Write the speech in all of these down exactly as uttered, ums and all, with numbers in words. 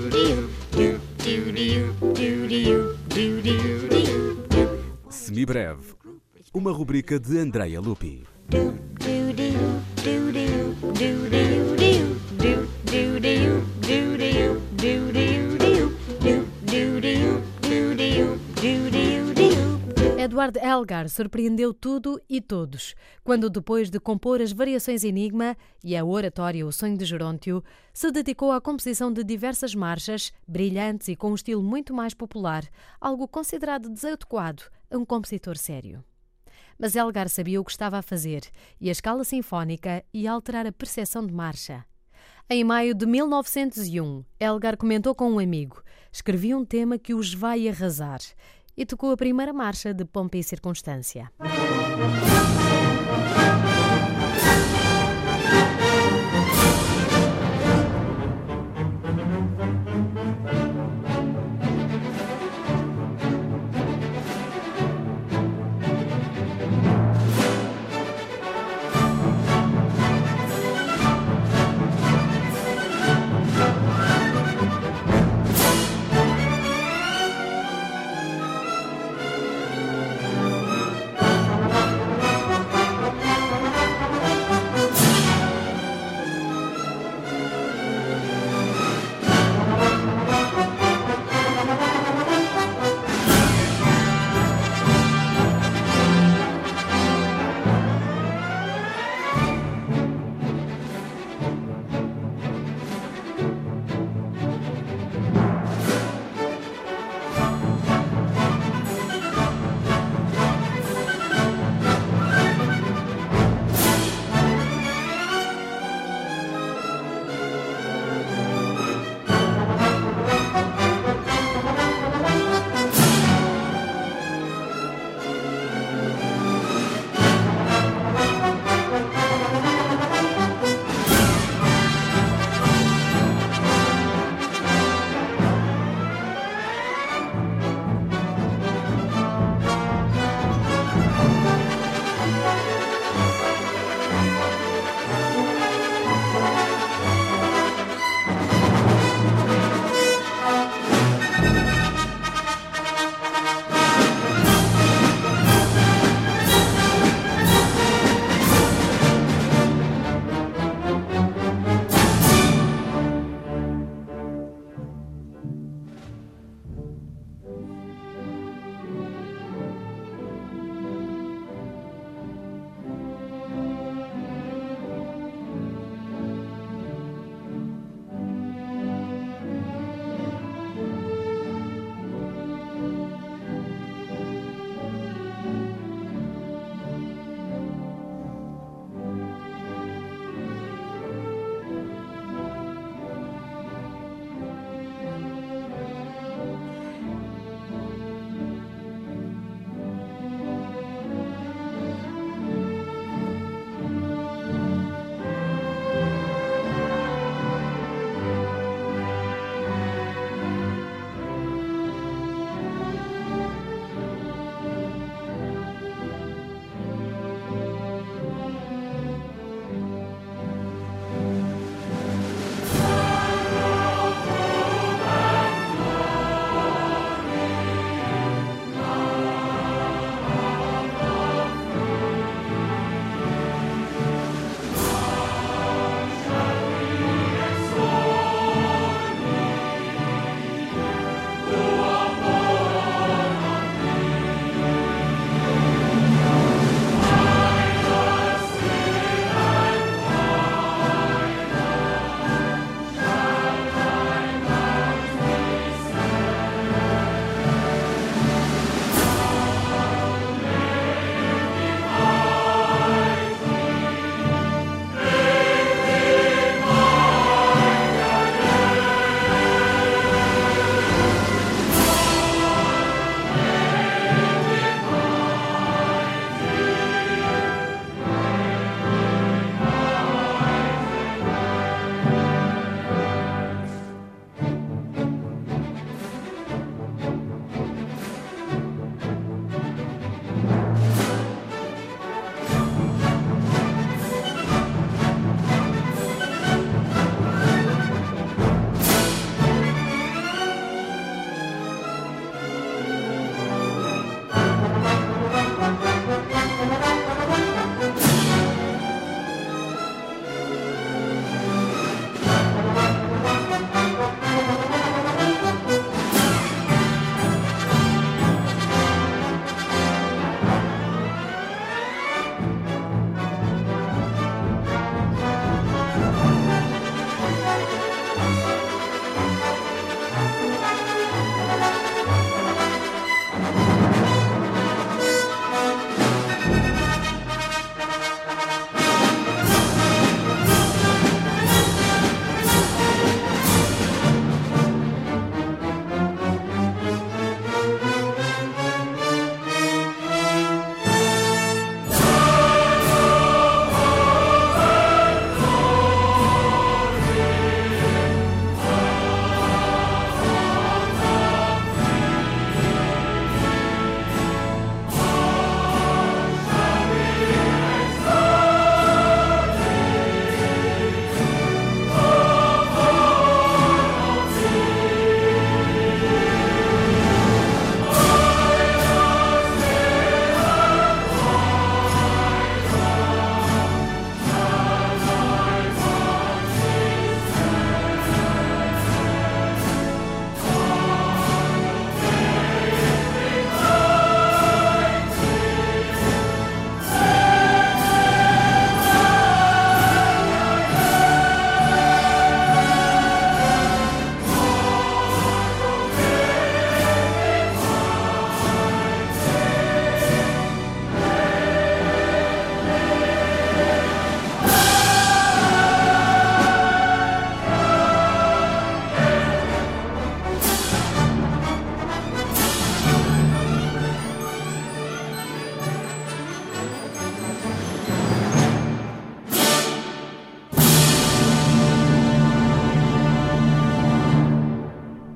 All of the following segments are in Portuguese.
Semibreve, uma rubrica de Andrea Lupi. Edward Elgar surpreendeu tudo e todos, quando depois de compor as variações Enigma e a oratória O Sonho de Geróntio, se dedicou à composição de diversas marchas, brilhantes e com um estilo muito mais popular, algo considerado desadequado a um compositor sério. Mas Elgar sabia o que estava a fazer, e a escala sinfónica ia alterar a percepção de marcha. Em maio de mil novecentos e um, Elgar comentou com um amigo: escrevi um tema que os vai arrasar, e tocou a primeira marcha de Pompa e Circunstância.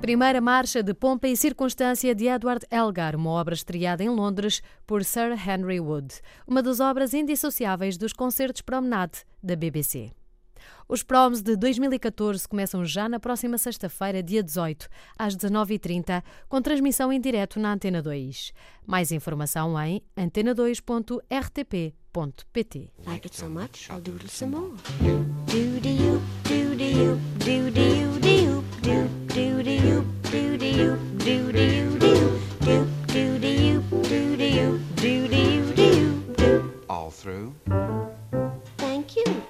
Primeira marcha de Pompa e Circunstância de Edward Elgar, uma obra estreada em Londres por Sir Henry Wood, uma das obras indissociáveis dos concertos Promenade da B B C. Os Proms de dois mil e catorze começam já na próxima sexta-feira, dia dezoito, às dezanove e trinta, com transmissão em direto na Antena dois. Mais informação em antena dois ponto r t p ponto p t. Like it so much, I'll doodle some more. Do-de-you, do-de-you, do-de-you, do-you, do-de-you, do-de-you, do-de-you, do-you, do-de-you, do-de-you, do-de-you, do-you, do. All through. Thank you.